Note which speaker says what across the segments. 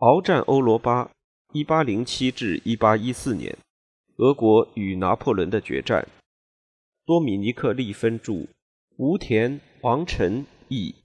Speaker 1: 鏖战欧罗巴，1807至1814年，俄国与拿破仑的决战。多米尼克·利芬著，吴田、王晨译。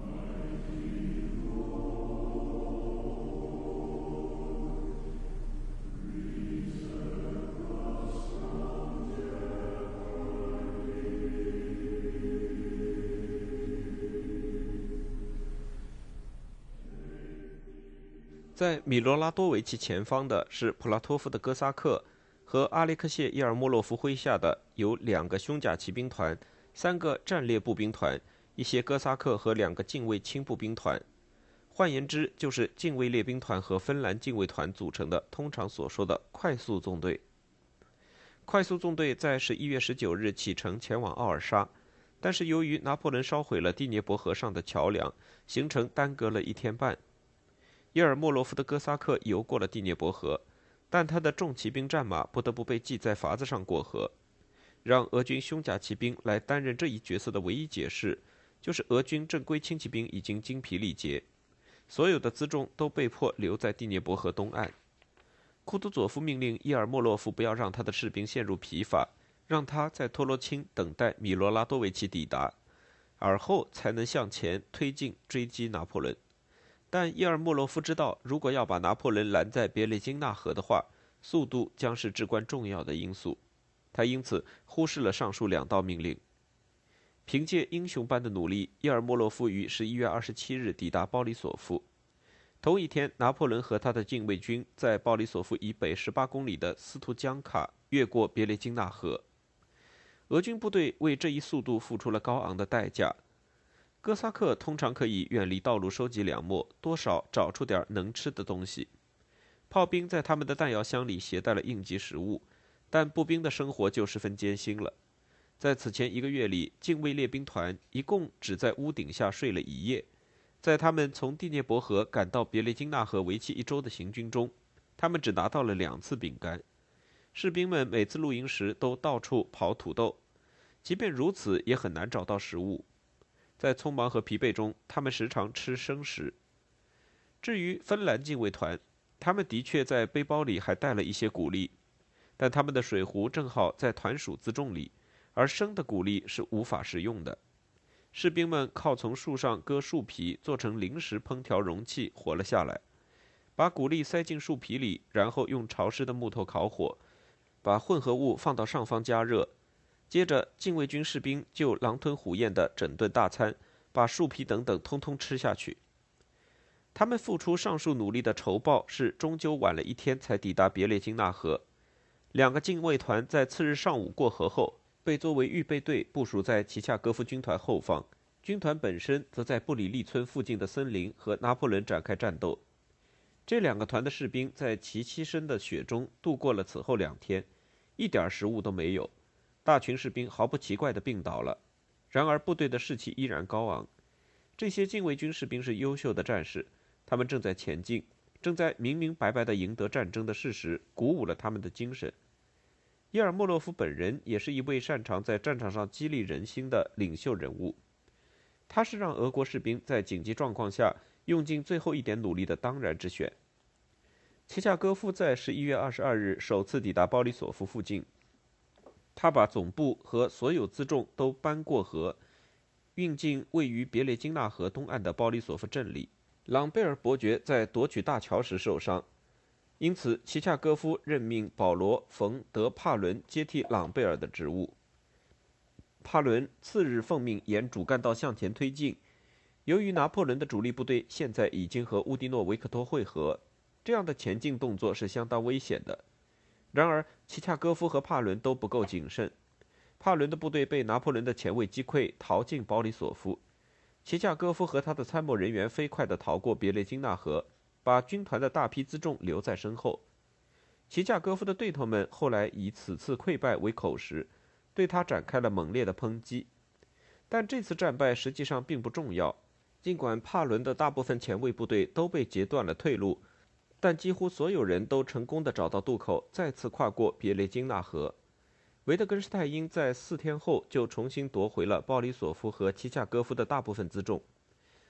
Speaker 1: 在米罗拉多维奇前方的是普拉托夫的哥萨克和阿列克谢·伊尔莫洛夫麾下的有2个胸甲骑兵团、3个战列步兵团、一些哥萨克和2个近卫轻步兵团。换言之，就是近卫列兵团和芬兰近卫团组成的通常所说的快速纵队。快速纵队在11月19日启程前往奥尔沙，但是由于拿破仑烧毁了第聂伯河上的桥梁，行程耽搁了1天半。伊尔莫洛夫的哥萨克游过了第聂伯河，但他的重骑兵战马不得不被系在筏子上过河。让俄军胸甲骑兵来担任这一角色的唯一解释，就是俄军正规轻骑兵已经精疲力竭，所有的辎重都被迫留在第聂伯河东岸。库图佐夫命令伊尔莫洛夫不要让他的士兵陷入疲乏，让他在托罗钦等待米罗拉多维奇抵达，而后才能向前推进追击拿破仑。但伊尔莫洛夫知道，如果要把拿破仑拦在别列金纳河的话，速度将是至关重要的因素。他因此忽视了上述2道命令。凭借英雄般的努力，伊尔莫洛夫于11月27日抵达鲍里索夫。同一天，拿破仑和他的禁卫军在鲍里索夫以北18公里的斯图江卡越过别列金纳河。俄军部队为这一速度付出了高昂的代价。哥萨克通常可以远离道路收集粮秣，多少找出点能吃的东西。炮兵在他们的弹药箱里携带了应急食物，但步兵的生活就十分艰辛了。在此前1个月里，近卫列兵团一共只在屋顶下睡了1夜。在他们从第聂伯河赶到别列金纳河为期1周的行军中，他们只拿到了2次饼干。士兵们每次露营时都到处刨土豆，即便如此也很难找到食物。在匆忙和疲惫中，他们时常吃生食。至于芬兰近卫团，他们的确在背包里还带了一些谷粒，但他们的水壶正好在团属辎重里，而生的谷粒是无法食用的。士兵们靠从树上割树皮做成临时烹调容器活了下来，把谷粒塞进树皮里，然后用潮湿的木头烤火，把混合物放到上方加热。接着，禁卫军士兵就狼吞虎咽的整顿大餐，把树皮等等通通吃下去。他们付出上述努力的酬报是终究晚了1天才抵达别列金纳河。2个禁卫团在次日上午过河后，被作为预备队部署在齐恰戈夫军团后方，军团本身则在布里利村附近的森林和拿破仑展开战斗。这2个团的士兵在齐膝深的雪中度过了此后2天，一点食物都没有。大群士兵毫不奇怪地病倒了，然而部队的士气依然高昂。这些禁卫军士兵是优秀的战士，他们正在前进，正在明明白白地赢得战争的事实鼓舞了他们的精神。伊尔莫洛夫本人也是一位擅长在战场上激励人心的领袖人物，他是让俄国士兵在紧急状况下用尽最后一点努力的当然之选。齐恰戈夫在11月22日首次抵达鲍里索夫附近，他把总部和所有辎重都搬过河，运进位于别列金纳河东岸的鲍里索夫镇里。朗贝尔伯爵在夺取大桥时受伤，因此齐恰戈夫任命保罗·冯·德帕伦接替朗贝尔的职务。帕伦次日奉命沿主干道向前推进。由于拿破仑的主力部队现在已经和乌迪诺维克托会合，这样的前进动作是相当危险的。然而，齐恰戈夫和帕伦都不够谨慎。帕伦的部队被拿破仑的前卫击溃，逃进保里索夫。齐恰戈夫和他的参谋人员飞快地逃过别列金纳河，把军团的大批辎重留在身后。齐恰戈夫的对头们后来以此次溃败为口实，对他展开了猛烈的抨击。但这次战败实际上并不重要，尽管帕伦的大部分前卫部队都被截断了退路，但几乎所有人都成功地找到渡口，再次跨过别列金纳河。维特根施泰因在4天后就重新夺回了鲍里索夫和齐恰戈夫的大部分辎重。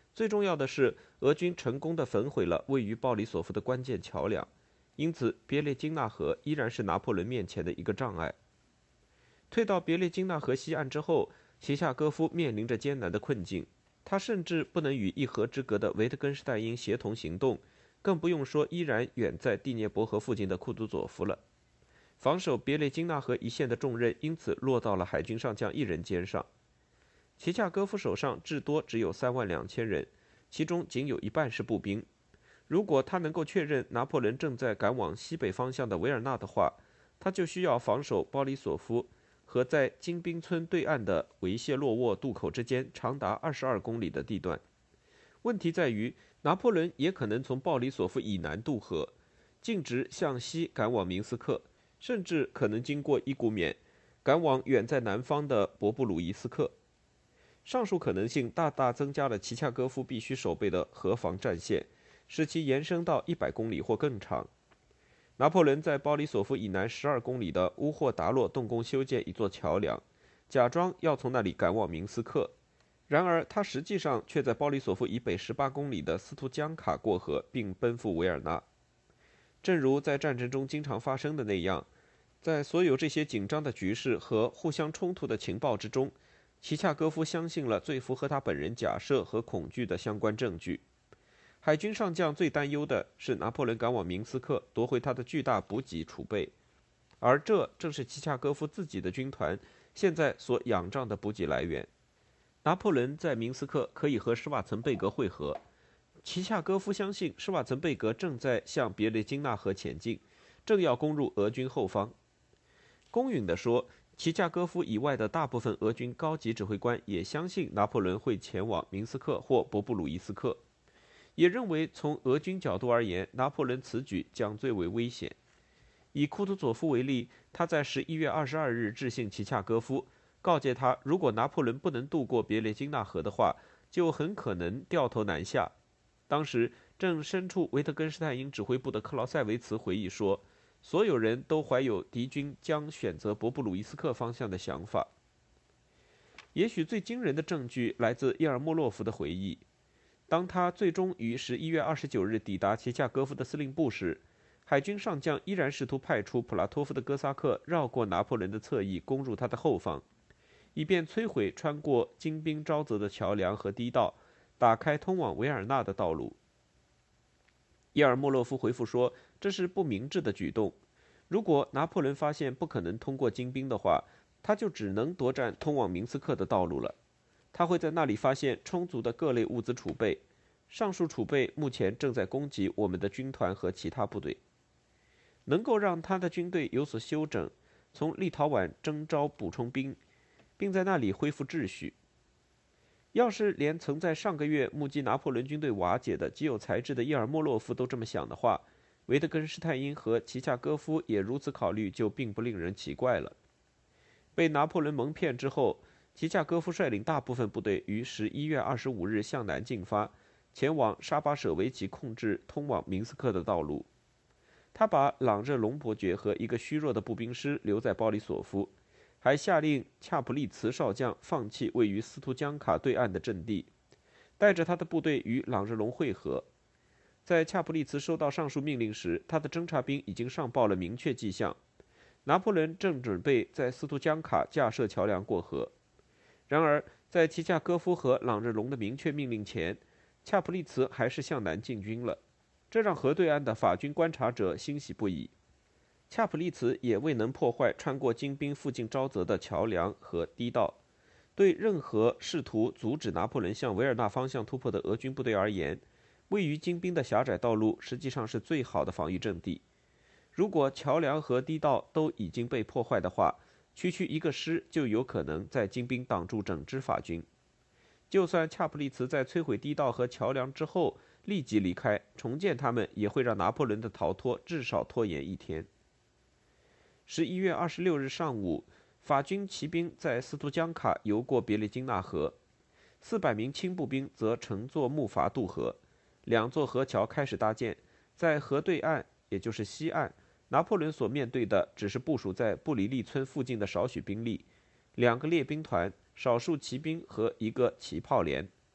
Speaker 1: 最重要的是，俄军成功地焚毁了位于鲍里索夫的关键桥梁，因此别列金纳河依然是拿破仑面前的一个障碍。退到别列金纳河西岸之后，齐夏戈夫面临着艰难的困境，他甚至不能与一河之隔的维特根施泰因协同行动，更不用说依然远在第聂伯河附近的库图佐夫了。防守别列金纳河一线的重任因此落到了海军上将一人肩上。齐夏戈夫手上至多只有32000人，其中仅有一半是步兵。如果他能够确认拿破仑正在赶往西北方向的维尔纳的话，他就需要防守鲍里索夫和在金兵村对岸的维谢洛沃渡口之间长达22公里的地段。问题在于，拿破仑也可能从鲍里索夫以南渡河，径直向西赶往明斯克，甚至可能经过伊古缅，赶往远在南方的博布鲁伊斯克。上述可能性大大增加了齐恰戈夫必须守备的河防战线，使其延伸到100公里或更长。拿破仑在鲍里索夫以南12公里的乌霍达洛动工修建一座桥梁，假装要从那里赶往明斯克。然而，他实际上却在鲍里索夫以北18公里的斯图江卡过河，并奔赴维尔纳。正如在战争中经常发生的那样，在所有这些紧张的局势和互相冲突的情报之中，齐恰戈夫相信了最符合他本人假设和恐惧的相关证据。海军上将最担忧的是拿破仑赶往明斯克，夺回他的巨大补给储备，而这正是齐恰戈夫自己的军团现在所仰仗的补给来源。拿破仑在明斯克可以和施瓦岑贝格会合，齐恰戈夫相信施瓦岑贝格正在向别列金纳河前进，正要攻入俄军后方。公允地说，齐恰戈夫以外的大部分俄军高级指挥官也相信拿破仑会前往明斯克或博布鲁伊斯克，也认为从俄军角度而言，拿破仑此举将最为危险。以库图佐夫为例，他在11月22日致信齐恰戈夫，告诫他，如果拿破仑不能渡过别列金纳河的话，就很可能掉头南下。当时正身处维特根施泰因指挥部的克劳塞维茨回忆说，所有人都怀有敌军将选择博布鲁伊斯克方向的想法。也许最惊人的证据来自叶尔莫洛夫的回忆。当他最终于11月29日抵达齐恰戈夫的司令部时，海军上将依然试图派出普拉托夫的哥萨克绕过拿破仑的侧翼，攻入他的后方，以便摧毁穿过精兵沼泽的桥梁和堤道，打开通往维尔纳的道路。叶尔莫洛夫回复说，这是不明智的举动。如果拿破仑发现不可能通过精兵的话，他就只能夺占通往明斯克的道路了。他会在那里发现充足的各类物资储备，上述储备目前正在攻击我们的军团和其他部队。能够让他的军队有所休整，从立陶宛征召补充兵，并在那里恢复秩序。要是连曾在上个月目击拿破仑军队瓦解的极有才智的叶尔莫洛夫都这么想的话，维特根施泰因和齐恰戈夫也如此考虑，就并不令人奇怪了。被拿破仑蒙骗之后，齐恰戈夫率领大部分部队于11月25日向南进发，前往沙巴舍维奇控制通往明斯克的道路。他把朗热隆伯爵和一个虚弱的步兵师留在鲍里索夫，还下令恰普利茨少将放弃位于斯图江卡对岸的阵地，带着他的部队与朗热隆会合。在恰普利茨收到上述命令时，他的侦察兵已经上报了明确迹象，拿破仑正准备在斯图江卡架设桥梁过河。然而，在齐恰戈夫和朗日隆的明确命令前，恰普利茨还是向南进军了，这让河对岸的法军观察者欣喜不已。恰普利茨也未能破坏穿过金兵附近沼泽的桥梁和堤道。对任何试图阻止拿破仑向维尔纳方向突破的俄军部队而言，位于金兵的狭窄道路实际上是最好的防御阵地。如果桥梁和堤道都已经被破坏的话，区区一个师就有可能在金兵挡住整支法军。就算恰普利茨在摧毁堤道和桥梁之后立即离开，重建他们也会让拿破仑的逃脱至少拖延1天。11月26日上午，法军骑兵在斯图江卡游过别列金纳河，400名轻步兵则乘坐木筏渡河，2座河桥开始搭建。在河对岸，也就是西岸，拿破仑所面对的只是部署在布里利村附近的少许兵力，2个列兵团、少数骑兵和1个骑炮连。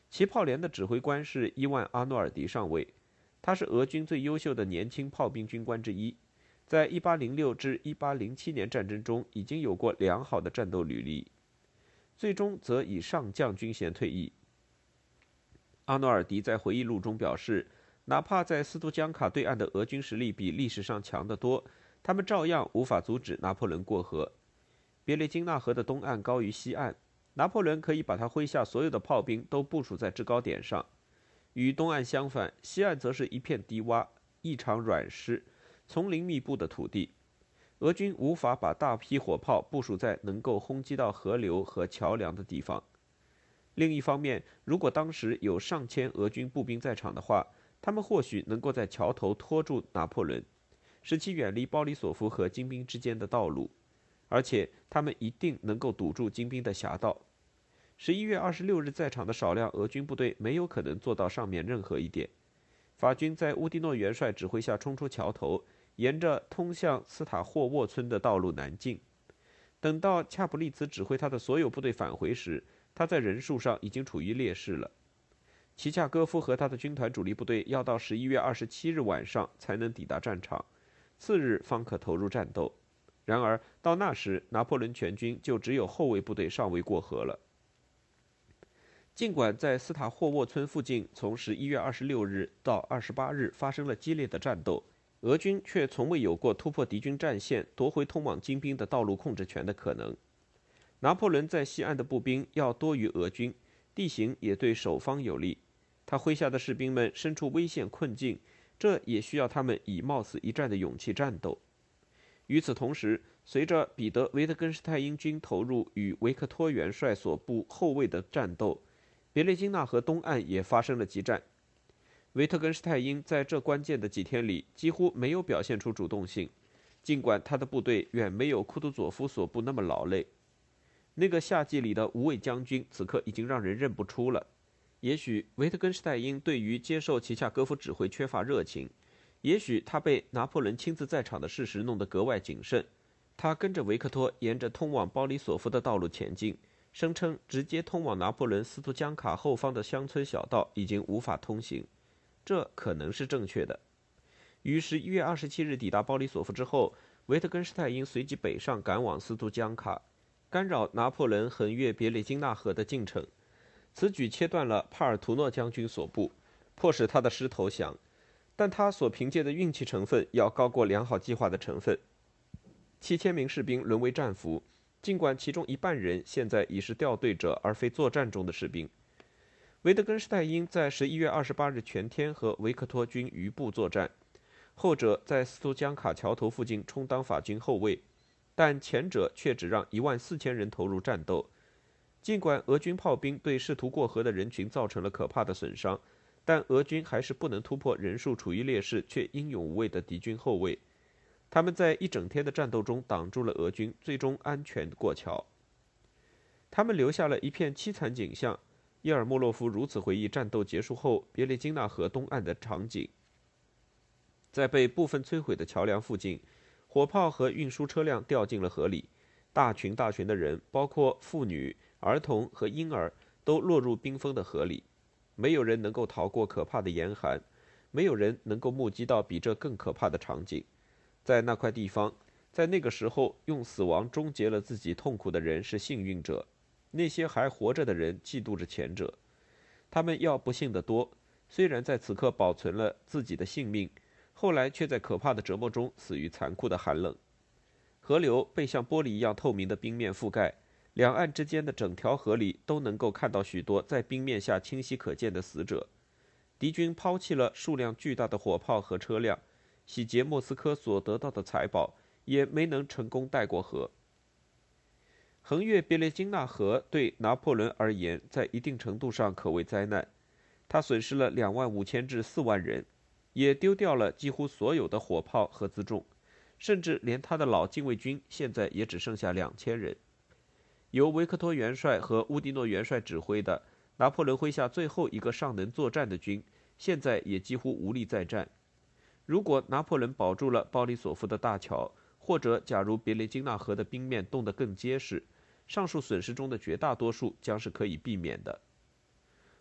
Speaker 1: 其炮连的指挥官是伊万·阿诺尔迪上尉，他是俄军最优秀的年轻炮兵军官之一，在1806至1807年战争中已经有过良好的战斗履历，最终则以上将军衔退役。阿诺尔迪在回忆录中表示，哪怕在斯图江卡对岸的俄军实力比历史上强得多，他们照样无法阻止拿破仑过河。别列金纳河的东岸高于西岸，拿破仑可以把他麾下所有的炮兵都部署在制高点上。与东岸相反，西岸则是一片低洼、异常软湿、丛林密布的土地。俄军无法把大批火炮部署在能够轰击到河流和桥梁的地方。另一方面，如果当时有上千俄军步兵在场的话，他们或许能够在桥头拖住拿破仑，使其远离鲍里索夫和金兵之间的道路，而且他们一定能够堵住金兵的狭道。11月26日在场的少量俄军部队没有可能做到上面任何一点。法军在乌迪诺元帅指挥下冲出桥头，沿着通向斯塔霍沃村的道路南进。等到恰普利茨指挥他的所有部队返回时，他在人数上已经处于劣势了。齐恰戈夫和他的军团主力部队要到11月27日晚上才能抵达战场，次日方可投入战斗。然而到那时，拿破仑全军就只有后卫部队尚未过河了。尽管在斯塔霍沃村附近从11月26日到28日发生了激烈的战斗，俄军却从未有过突破敌军战线、夺回通往金兵的道路控制权的可能。拿破仑在西岸的步兵要多于俄军，地形也对守方有利。他麾下的士兵们身处危险困境，这也需要他们以冒死一战的勇气战斗。与此同时，随着彼得·维特根施泰因军投入与维克托元帅所部后卫的战斗，别列金纳河东岸也发生了激战。维特根施泰因在这关键的几天里几乎没有表现出主动性，尽管他的部队远没有库图佐夫所部那么劳累。那个夏季里的无畏将军此刻已经让人认不出了。也许维特根施泰因对于接受齐恰戈夫指挥缺乏热情，也许他被拿破仑亲自在场的事实弄得格外谨慎。他跟着维克托沿着通往鲍里索夫的道路前进，声称直接通往拿破仑斯图江卡后方的乡村小道已经无法通行，这可能是正确的。于11月27日抵达鲍里索夫之后，维特根施泰因随即北上赶往斯图江卡，干扰拿破仑横越别列金纳河的进程。此举切断了帕尔图诺将军所部，迫使他的师投降，但他所凭借的运气成分要高过良好计划的成分。7000名士兵沦为战俘，尽管其中一半人现在已是调队者而非作战中的士兵。维特根施泰因在11月28日全天和维克托军余部作战，后者在斯图江卡桥头附近充当法军后卫，但前者却只让14000人投入战斗。尽管俄军炮兵对试图过河的人群造成了可怕的损伤，但俄军还是不能突破人数处于劣势却英勇无畏的敌军后卫。他们在一整天的战斗中挡住了俄军，最终安全过桥。他们留下了一片凄惨景象。叶尔莫洛夫如此回忆战斗结束后别列金纳河东岸的场景：在被部分摧毁的桥梁附近，火炮和运输车辆掉进了河里，大群大群的人，包括妇女、儿童和婴儿，都落入冰封的河里。没有人能够逃过可怕的严寒，没有人能够目击到比这更可怕的场景。在那块地方，在那个时候用死亡终结了自己痛苦的人是幸运者，那些还活着的人嫉妒着前者。他们要不幸得多，虽然在此刻保存了自己的性命，后来却在可怕的折磨中死于残酷的寒冷。河流被像玻璃一样透明的冰面覆盖，两岸之间的整条河里都能够看到许多在冰面下清晰可见的死者。敌军抛弃了数量巨大的火炮和车辆，洗劫莫斯科所得到的财宝，也没能成功带过河。横越别列金纳河对拿破仑而言，在一定程度上可谓灾难。他损失了25000至4万人，也丢掉了几乎所有的火炮和辎重，甚至连他的老禁卫军现在也只剩下2000人。由维克托元帅和乌迪诺元帅指挥的拿破仑麾下最后一个尚能作战的军，现在也几乎无力再战。如果拿破仑保住了鲍里索夫的大桥，或者假如别列金纳河的冰面冻得更结实，上述损失中的绝大多数将是可以避免的。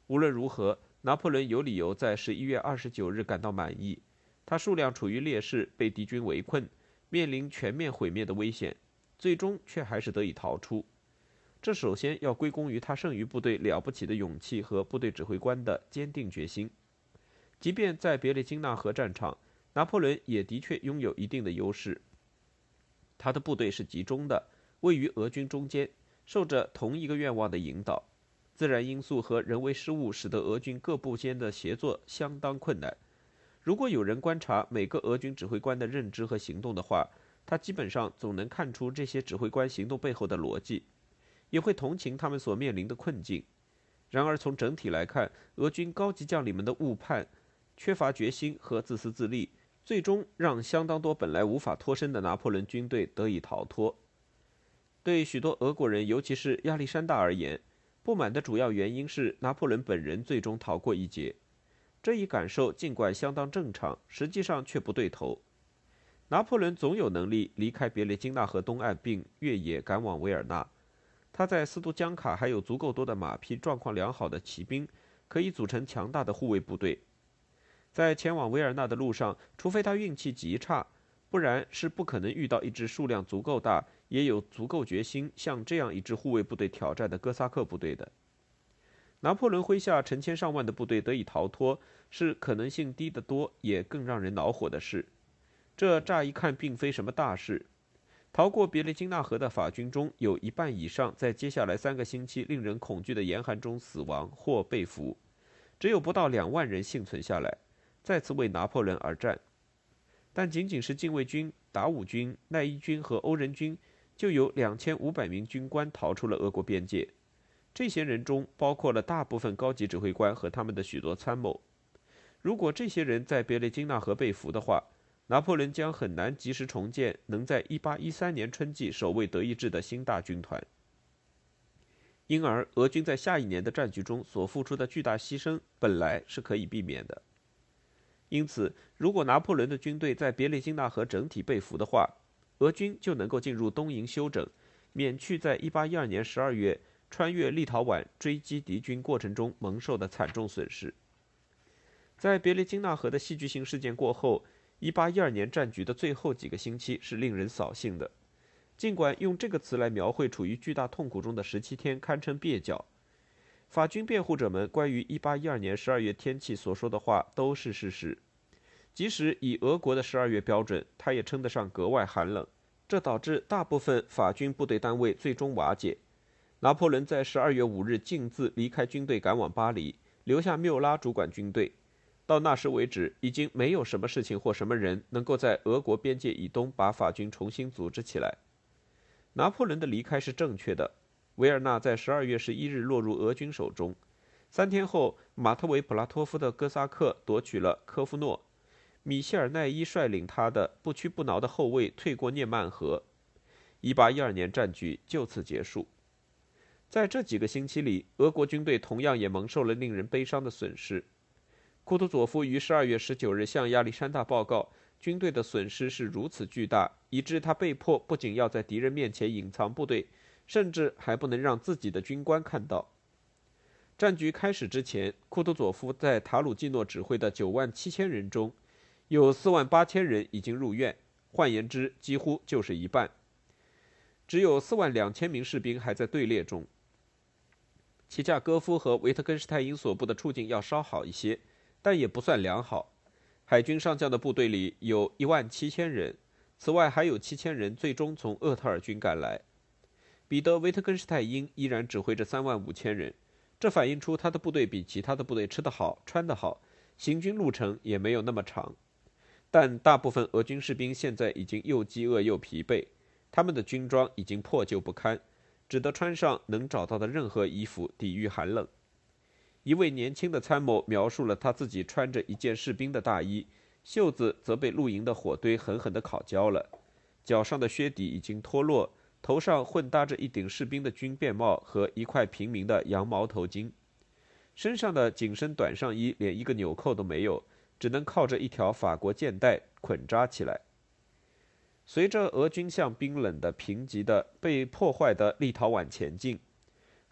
Speaker 1: 无论如何，拿破仑有理由在11月29日感到满意。他数量处于劣势，被敌军围困，面临全面毁灭的危险，最终却还是得以逃出。这首先要归功于他剩余部队了不起的勇气和部队指挥官的坚定决心。即便在别列金纳河战场，拿破仑也的确拥有一定的优势。他的部队是集中的，位于俄军中间，受着同一个愿望的引导。自然因素和人为失误使得俄军各部间的协作相当困难。如果有人观察每个俄军指挥官的认知和行动的话，他基本上总能看出这些指挥官行动背后的逻辑，也会同情他们所面临的困境。然而从整体来看，俄军高级将领们的误判、缺乏决心和自私自利，最终让相当多本来无法脱身的拿破仑军队得以逃脱。对许多俄国人，尤其是亚历山大而言，不满的主要原因是拿破仑本人最终逃过一劫。这一感受尽管相当正常，实际上却不对头。拿破仑总有能力离开别列金纳河东岸并越野赶往维尔纳。他在斯图江卡还有足够多的马匹、状况良好的骑兵，可以组成强大的护卫部队。在前往维尔纳的路上，除非他运气极差，不然是不可能遇到一支数量足够大、也有足够决心向这样一支护卫部队挑战的哥萨克部队的。拿破仑麾下成千上万的部队得以逃脱，是可能性低得多，也更让人恼火的事。这乍一看并非什么大事。逃过别列金纳河的法军中有一半以上在接下来3个星期令人恐惧的严寒中死亡或被俘，只有不到2万人幸存下来，再次为拿破仑而战。但仅仅是禁卫军、达武军、奈伊军和欧人军，就有2500名军官逃出了俄国边界。这些人中包括了大部分高级指挥官和他们的许多参谋。如果这些人在别列金纳河被俘的话，拿破仑将很难及时重建能在1813年春季守卫德意志的新大军团。因而，俄军在下一年的战局中所付出的巨大牺牲本来是可以避免的。因此，如果拿破仑的军队在别列金纳河整体被俘的话，俄军就能够进入东营休整，免去在1812年12月穿越立陶宛追击敌军过程中蒙受的惨重损失。在别列金纳河的戏剧性事件过后，1812年战局的最后几个星期是令人扫兴的。尽管用这个词来描绘处于巨大痛苦中的17天堪称蹩脚，法军辩护者们关于1812年12月天气所说的话都是事实。即使以俄国的12月标准，它也称得上格外寒冷。这导致大部分法军部队单位最终瓦解。拿破仑在12月5日径自离开军队赶往巴黎，留下缪拉主管军队。到那时为止，已经没有什么事情或什么人能够在俄国边界以东把法军重新组织起来。拿破仑的离开是正确的。维尔纳在12月11日落入俄军手中。3天后，马特维普拉托夫的哥萨克夺取了科夫诺。米歇尔奈伊率领他的不屈不挠的后卫退过涅曼河。1812年战局就此结束。在这几个星期里，俄国军队同样也蒙受了令人悲伤的损失。库图佐夫于12月19日向亚历山大报告，军队的损失是如此巨大，以致他被迫不仅要在敌人面前隐藏部队，甚至还不能让自己的军官看到。战局开始之前，库图佐夫在塔鲁季诺指挥的97000人中，有48000人已经入院，换言之，几乎就是一半。只有42000名士兵还在队列中。齐恰戈夫和维特根施泰因所部的处境要稍好一些，但也不算良好。海军上将的部队里有17000人，此外还有7000人最终从厄特尔军赶来。彼得·维特根施泰因依然指挥着35000人，这反映出他的部队比其他的部队吃得好、穿得好，行军路程也没有那么长。但大部分俄军士兵现在已经又饥饿又疲惫，他们的军装已经破旧不堪，只得穿上能找到的任何衣服抵御寒冷。一位年轻的参谋描述了他自己穿着一件士兵的大衣，袖子则被露营的火堆狠狠地烤焦了，脚上的靴底已经脱落，头上混搭着一顶士兵的军便帽和一块平民的羊毛头巾，身上的紧身短上衣连一个纽扣都没有，只能靠着一条法国箭带捆扎起来。随着俄军向冰冷的、贫瘠的、被破坏的立陶宛前进，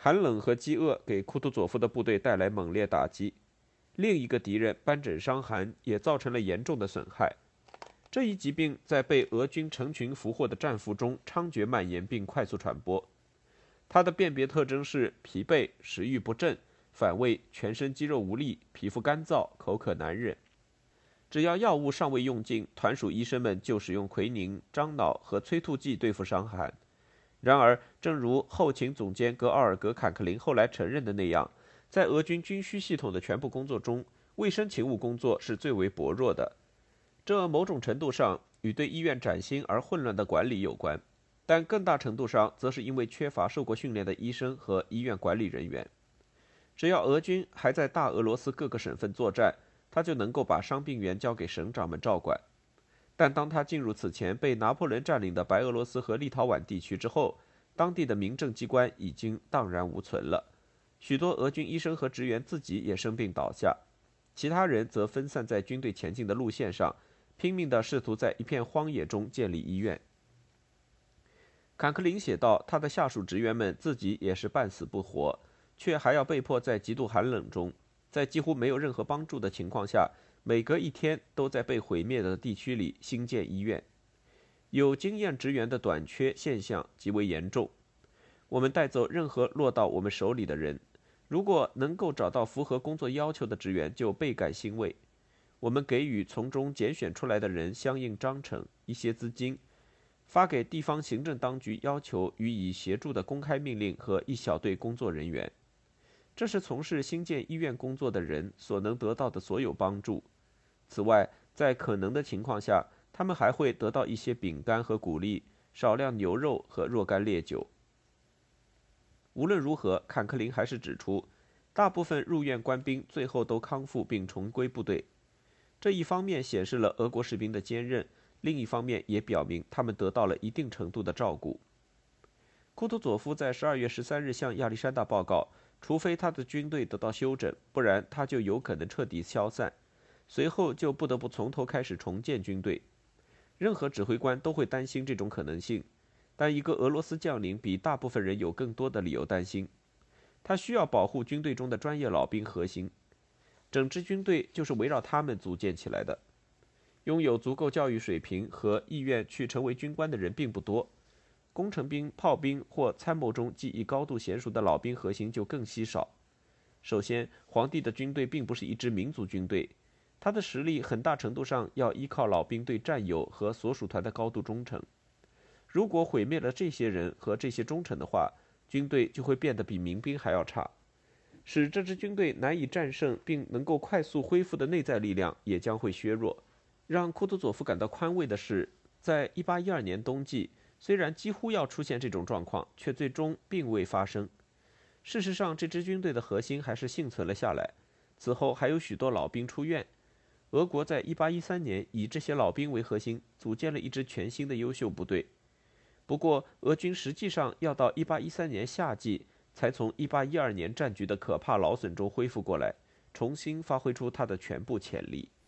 Speaker 1: 寒冷和饥饿给库图佐夫的部队带来猛烈打击，另一个敌人斑疹伤寒也造成了严重的损害。这一疾病在被俄军成群俘获的战俘中猖獗蔓延并快速传播。它的辨别特征是疲惫、食欲不振、反胃、全身肌肉无力、皮肤干燥、口渴难忍。只要药物尚未用尽，团属医生们就使用奎宁、樟脑和催吐剂对付伤寒。然而，正如后勤总监格奥尔格·坎克林后来承认的那样，在俄军军需系统的全部工作中，卫生勤务工作是最为薄弱的。这某种程度上与对医院崭新而混乱的管理有关，但更大程度上则是因为缺乏受过训练的医生和医院管理人员。只要俄军还在大俄罗斯各个省份作战，他就能够把伤病员交给省长们照管。但当他进入此前被拿破仑占领的白俄罗斯和立陶宛地区之后，当地的民政机关已经荡然无存了。许多俄军医生和职员自己也生病倒下，其他人则分散在军队前进的路线上，拼命地试图在一片荒野中建立医院。坎克林写道，他的下属职员们自己也是半死不活，却还要被迫在极度寒冷中，在几乎没有任何帮助的情况下，每隔一天都在被毁灭的地区里新建医院。有经验职员的短缺现象极为严重。我们带走任何落到我们手里的人，如果能够找到符合工作要求的职员，就倍感欣慰。我们给予从中拣选出来的人相应章程、一些资金，发给地方行政当局要求予以协助的公开命令和一小队工作人员。这是从事新建医院工作的人所能得到的所有帮助。此外，在可能的情况下，他们还会得到一些饼干和谷粒，少量牛肉和若干烈酒。无论如何，坎克林还是指出，大部分入院官兵最后都康复并重归部队。这一方面显示了俄国士兵的坚韧，另一方面也表明他们得到了一定程度的照顾。库图佐夫在12月13日向亚历山大报告，除非他的军队得到休整，不然他就有可能彻底消散。随后就不得不从头开始重建军队。任何指挥官都会担心这种可能性，但一个俄罗斯将领比大部分人有更多的理由担心。他需要保护军队中的专业老兵核心，整支军队就是围绕他们组建起来的。拥有足够教育水平和意愿去成为军官的人并不多，工程兵、炮兵或参谋中技艺高度娴熟的老兵核心就更稀少。首先，皇帝的军队并不是一支民族军队，他的实力很大程度上要依靠老兵对战友和所属团的高度忠诚。如果毁灭了这些人和这些忠诚的话，军队就会变得比民兵还要差。使这支军队难以战胜并能够快速恢复的内在力量也将会削弱。让库图佐夫感到宽慰的是，在1812年冬季，虽然几乎要出现这种状况，却最终并未发生。事实上，这支军队的核心还是幸存了下来。此后还有许多老兵出院。俄国在1813年以这些老兵为核心，组建了一支全新的优秀部队。不过，俄军实际上要到1813年夏季才从1812年战局的可怕劳损中恢复过来，重新发挥出它的全部潜力。